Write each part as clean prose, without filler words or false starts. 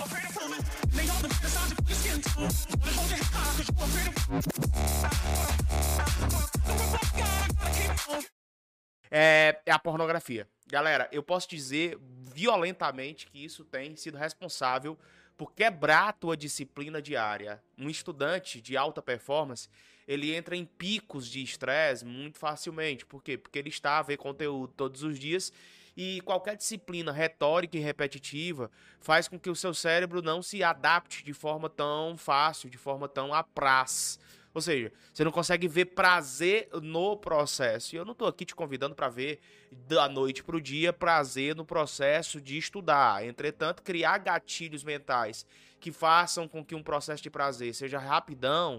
É a pornografia. Galera, eu posso dizer violentamente que isso tem sido responsável por quebrar a tua disciplina diária. Um estudante de alta performance, ele entra em picos de estresse muito facilmente. Por quê? Porque ele está a ver conteúdo todos os dias e qualquer disciplina retórica e repetitiva faz com que o seu cérebro não se adapte de forma tão fácil, de forma tão apraz. Ou seja, você não consegue ver prazer no processo. E eu não estou aqui te convidando para ver da noite para o dia prazer no processo de estudar. Entretanto, criar gatilhos mentais que façam com que um processo de prazer seja rapidão,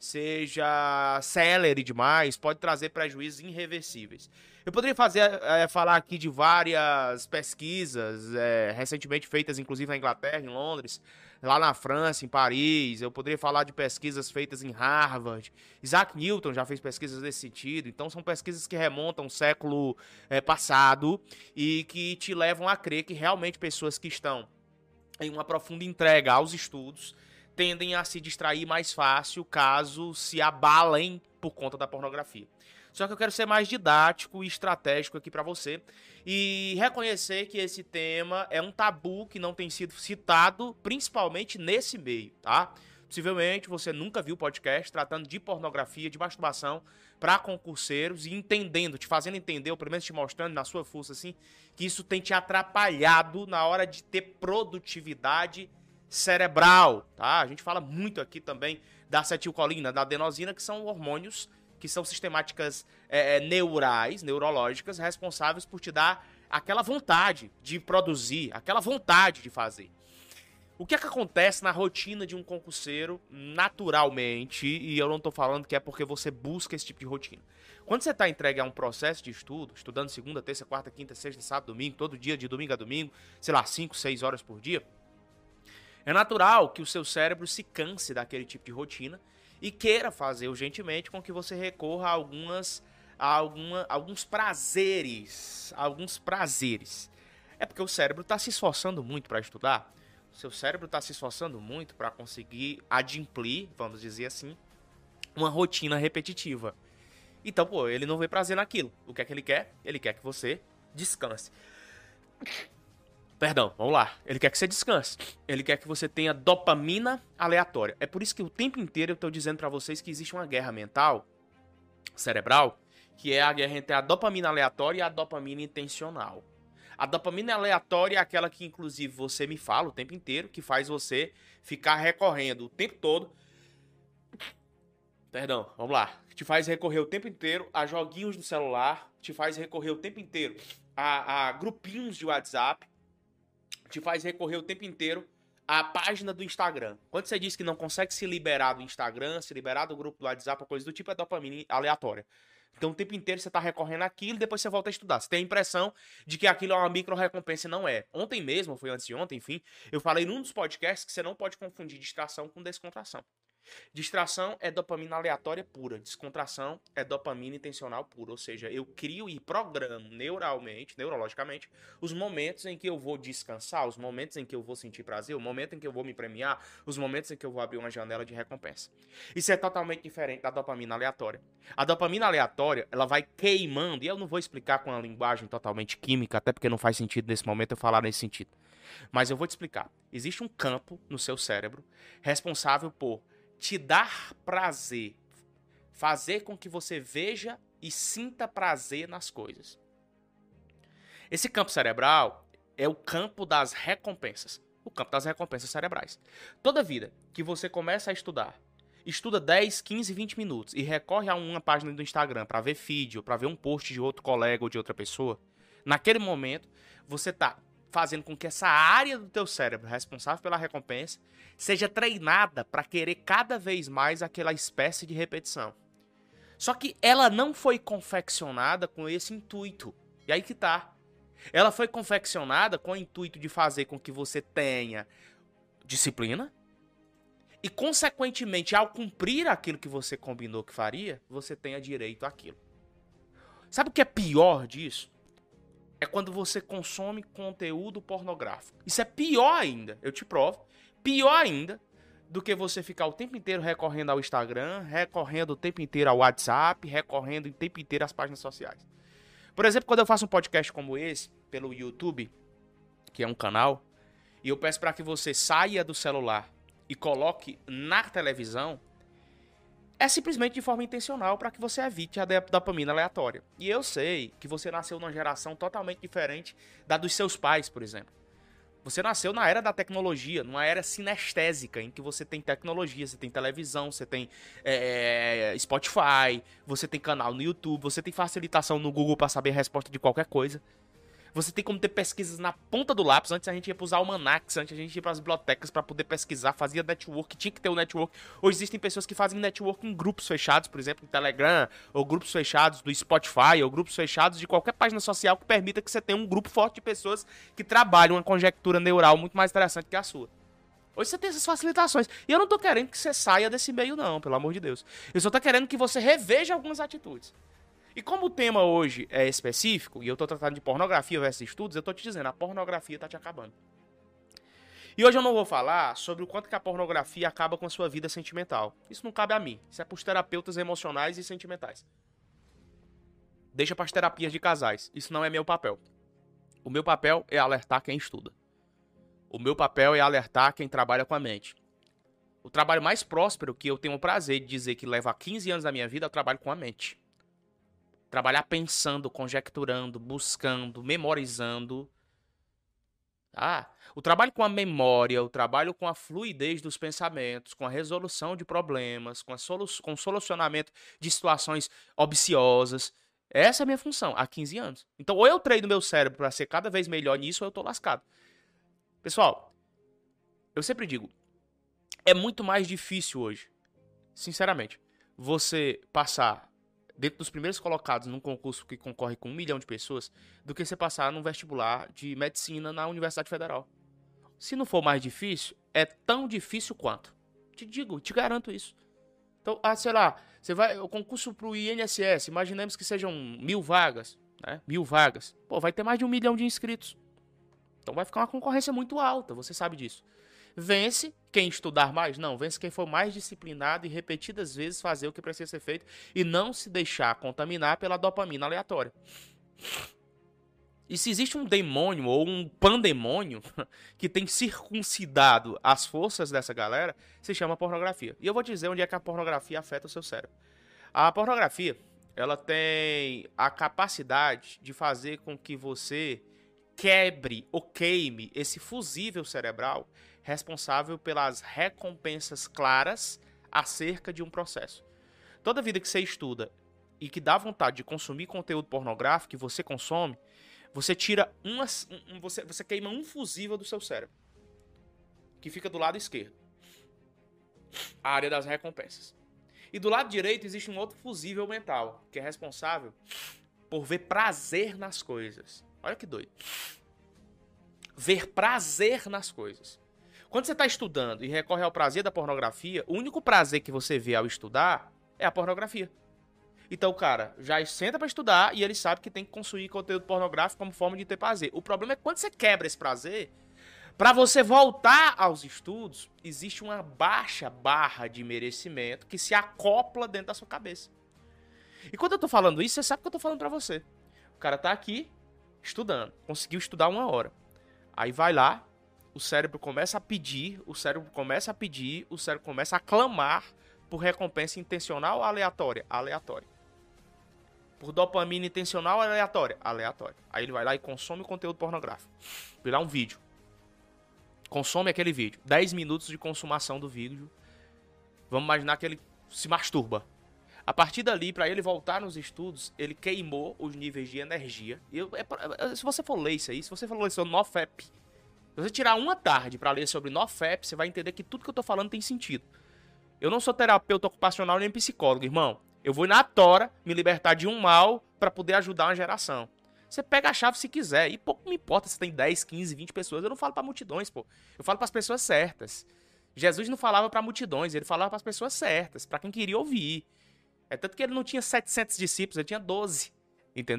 seja célere demais, pode trazer prejuízos irreversíveis. Eu poderia falar aqui de várias pesquisas recentemente feitas, inclusive na Inglaterra, em Londres, lá na França, em Paris. Eu poderia falar de pesquisas feitas em Harvard. Isaac Newton já fez pesquisas nesse sentido. Então são pesquisas que remontam ao século passado e que te levam a crer que realmente pessoas que estão em uma profunda entrega aos estudos tendem a se distrair mais fácil caso se abalem por conta da pornografia. Só que eu quero ser mais didático e estratégico aqui para você e reconhecer que esse tema é um tabu que não tem sido citado, principalmente nesse meio, tá? Possivelmente você nunca viu podcast tratando de pornografia, de masturbação para concurseiros e entendendo, te fazendo entender, ou pelo menos te mostrando na sua força assim, que isso tem te atrapalhado na hora de ter produtividade cerebral, tá? A gente fala muito aqui também da acetilcolina, da adenosina, que são hormônios que são sistemáticas neurais, neurológicas, responsáveis por te dar aquela vontade de produzir, aquela vontade de fazer. O que é que acontece na rotina de um concurseiro naturalmente, e eu não estou falando que é porque você busca esse tipo de rotina. Quando você está entregue a um processo de estudo, estudando segunda, terça, quarta, quinta, sexta, sábado, domingo, todo dia, de domingo a domingo, sei lá, 5, 6 horas por dia, é natural que o seu cérebro se canse daquele tipo de rotina e queira fazer urgentemente com que você recorra a alguns prazeres. É porque o cérebro está se esforçando muito para estudar. O seu cérebro está se esforçando muito para conseguir adimplir, vamos dizer assim, uma rotina repetitiva. Então, pô, ele não vê prazer naquilo. O que é que ele quer? Ele quer que você descanse. Perdão, vamos lá. Ele quer que você descanse. Ele quer que você tenha dopamina aleatória. É por isso que o tempo inteiro eu estou dizendo para vocês que existe uma guerra mental, cerebral, que é a guerra entre a dopamina aleatória e a dopamina intencional. A dopamina aleatória é aquela que, inclusive, você me fala o tempo inteiro, que faz você ficar recorrendo o tempo todo. Perdão, vamos lá. Te faz recorrer o tempo inteiro a joguinhos no celular, te faz recorrer o tempo inteiro a grupinhos de WhatsApp, te faz recorrer o tempo inteiro à página do Instagram. Quando você diz que não consegue se liberar do Instagram, se liberar do grupo do WhatsApp, ou coisa do tipo, é dopamina aleatória. Então o tempo inteiro você está recorrendo àquilo e depois você volta a estudar. Você tem a impressão de que aquilo é uma micro-recompensa e não é. Ontem mesmo, foi antes de ontem, enfim, eu falei num dos podcasts que você não pode confundir distração com descontração. Distração é dopamina aleatória pura, descontração é dopamina intencional pura, ou seja, eu crio e programo neurologicamente, os momentos em que eu vou descansar, os momentos em que eu vou sentir prazer, o momento em que eu vou me premiar, os momentos em que eu vou abrir uma janela de recompensa. Isso é totalmente diferente da dopamina aleatória. A dopamina aleatória, ela vai queimando, e eu não vou explicar com uma linguagem totalmente química, até porque não faz sentido nesse momento eu falar nesse sentido. Mas eu vou te explicar. Existe um campo no seu cérebro responsável por te dar prazer, fazer com que você veja e sinta prazer nas coisas. Esse campo cerebral é o campo das recompensas, o campo das recompensas cerebrais. Toda vida que você começa a estudar, estuda 10, 15, 20 minutos e recorre a uma página do Instagram para ver feed ou para ver um post de outro colega ou de outra pessoa, naquele momento você está fazendo com que essa área do teu cérebro responsável pela recompensa seja treinada para querer cada vez mais aquela espécie de repetição. Só que ela não foi confeccionada com esse intuito. E aí que tá. Ela foi confeccionada com o intuito de fazer com que você tenha disciplina e, consequentemente, ao cumprir aquilo que você combinou que faria, você tenha direito àquilo. Sabe o que é pior disso? é quando você consome conteúdo pornográfico. Isso é pior ainda, eu te provo. Pior ainda do que você ficar o tempo inteiro recorrendo ao Instagram, recorrendo o tempo inteiro ao WhatsApp, recorrendo o tempo inteiro às páginas sociais. Por exemplo, quando eu faço um podcast como esse, pelo YouTube, que é um canal, e eu peço para que você saia do celular e coloque na televisão, é simplesmente de forma intencional para que você evite a dopamina aleatória. E eu sei que você nasceu numa geração totalmente diferente da dos seus pais, por exemplo. Você nasceu na era da tecnologia, numa era sinestésica, em que você tem tecnologia, você tem televisão, você tem Spotify, você tem canal no YouTube, você tem facilitação no Google para saber a resposta de qualquer coisa. Você tem como ter pesquisas na ponta do lápis. Antes a gente ia para os almanacs, antes a gente ia para as bibliotecas para poder pesquisar, fazia network, tinha que ter o network. Hoje existem pessoas que fazem network em grupos fechados, por exemplo, no Telegram, ou grupos fechados do Spotify, ou grupos fechados de qualquer página social que permita que você tenha um grupo forte de pessoas que trabalham uma conjectura neural muito mais interessante que a sua. Hoje você tem essas facilitações. E eu não tô querendo que você saia desse meio não, pelo amor de Deus. Eu só tô querendo que você reveja algumas atitudes. E como o tema hoje é específico, e eu tô tratando de pornografia versus estudos, eu tô te dizendo, a pornografia tá te acabando. E hoje eu não vou falar sobre o quanto que a pornografia acaba com a sua vida sentimental. Isso não cabe a mim. Isso é pros terapeutas emocionais e sentimentais. Deixa pras terapias de casais. Isso não é meu papel. O meu papel é alertar quem estuda. O meu papel é alertar quem trabalha com a mente. O trabalho mais próspero que eu tenho o prazer de dizer que leva 15 anos da minha vida é o trabalho com a mente. Trabalhar pensando, conjecturando, buscando, memorizando. O trabalho com a memória, o trabalho com a fluidez dos pensamentos, com a resolução de problemas, com o solucionamento de situações obciosas. Essa é a minha função há 15 anos. Então, ou eu treino meu cérebro para ser cada vez melhor nisso, ou eu tô lascado. Pessoal, eu sempre digo, é muito mais difícil hoje, sinceramente, você passar dentro dos primeiros colocados num concurso que concorre com 1 milhão de pessoas, do que você passar num vestibular de medicina na Universidade Federal. Se não for mais difícil, é tão difícil quanto. Te digo, te garanto isso. Então, sei lá, você vai, o concurso pro INSS, imaginemos que sejam 1.000 vagas, né? 1.000 vagas. Pô, vai ter mais de 1 milhão de inscritos. Então vai ficar uma concorrência muito alta, você sabe disso. Vence quem estudar mais? Não, vence quem for mais disciplinado e repetidas vezes fazer o que precisa ser feito e não se deixar contaminar pela dopamina aleatória. E se existe um demônio ou um pandemônio que tem circuncidado as forças dessa galera, se chama pornografia. E eu vou te dizer onde é que a pornografia afeta o seu cérebro. A pornografia, ela tem a capacidade de fazer com que você quebre ou queime esse fusível cerebral responsável pelas recompensas claras acerca de um processo. Toda vida que você estuda e que dá vontade de consumir conteúdo pornográfico que você consome, você tira você queima um fusível do seu cérebro, que fica do lado esquerdo, a área das recompensas. E do lado direito existe um outro fusível mental, que é responsável por ver prazer nas coisas. Olha que doido. Ver prazer nas coisas. Quando você está estudando e recorre ao prazer da pornografia, o único prazer que você vê ao estudar é a pornografia. Então o cara já senta para estudar e ele sabe que tem que consumir conteúdo pornográfico como forma de ter prazer. O problema é que quando você quebra esse prazer, para você voltar aos estudos, existe uma baixa barra de merecimento que se acopla dentro da sua cabeça. E quando eu tô falando isso, você sabe que eu tô falando para você. O cara tá aqui estudando, conseguiu estudar 1 hora. Aí vai lá, o cérebro começa a pedir, o cérebro começa a clamar por recompensa intencional ou aleatória? Aleatória. Por dopamina intencional ou aleatória? Aleatória. Aí ele vai lá e consome o conteúdo pornográfico. Virar um vídeo. Consome aquele vídeo. 10 minutos de consumação do vídeo. Vamos imaginar que ele se masturba. A partir dali, para ele voltar nos estudos, ele queimou os níveis de energia. Se você for ler isso aí, se você for ler sobre NoFap, se você tirar uma tarde para ler sobre NoFap, você vai entender que tudo que eu tô falando tem sentido. Eu não sou terapeuta ocupacional nem psicólogo, irmão. Eu vou na tora me libertar de um mal para poder ajudar uma geração. Você pega a chave se quiser, e pouco me importa se tem 10, 15, 20 pessoas. Eu não falo para multidões, pô. Eu falo para as pessoas certas. Jesus não falava para multidões, ele falava para as pessoas certas, para quem queria ouvir. É tanto que ele não tinha 700 discípulos, ele tinha 12, entendeu?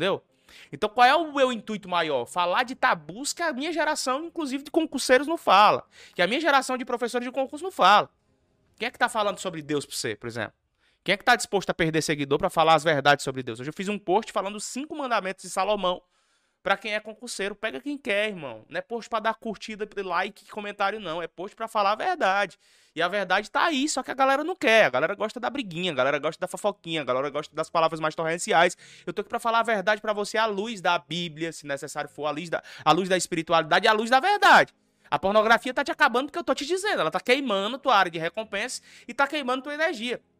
Então, qual é o meu intuito maior? Falar de tabus que a minha geração, inclusive de concurseiros, não fala. Que a minha geração de professores de concurso não fala. Quem é que tá falando sobre Deus pra você, por exemplo? Quem é que tá disposto a perder seguidor pra falar as verdades sobre Deus? Hoje eu fiz um post falando os 5 mandamentos de Salomão pra quem é concurseiro. Pega quem quer, irmão. Não é post pra dar curtida, like, comentário, não. É post pra falar a verdade. E a verdade tá aí, só que a galera não quer. A galera gosta da briguinha, a galera gosta da fofoquinha, a galera gosta das palavras mais torrenciais. Eu tô aqui pra falar a verdade pra você à luz da Bíblia, se necessário for, à luz da espiritualidade e à luz da verdade. A pornografia tá te acabando porque eu tô te dizendo. Ela tá queimando tua área de recompensa e tá queimando tua energia.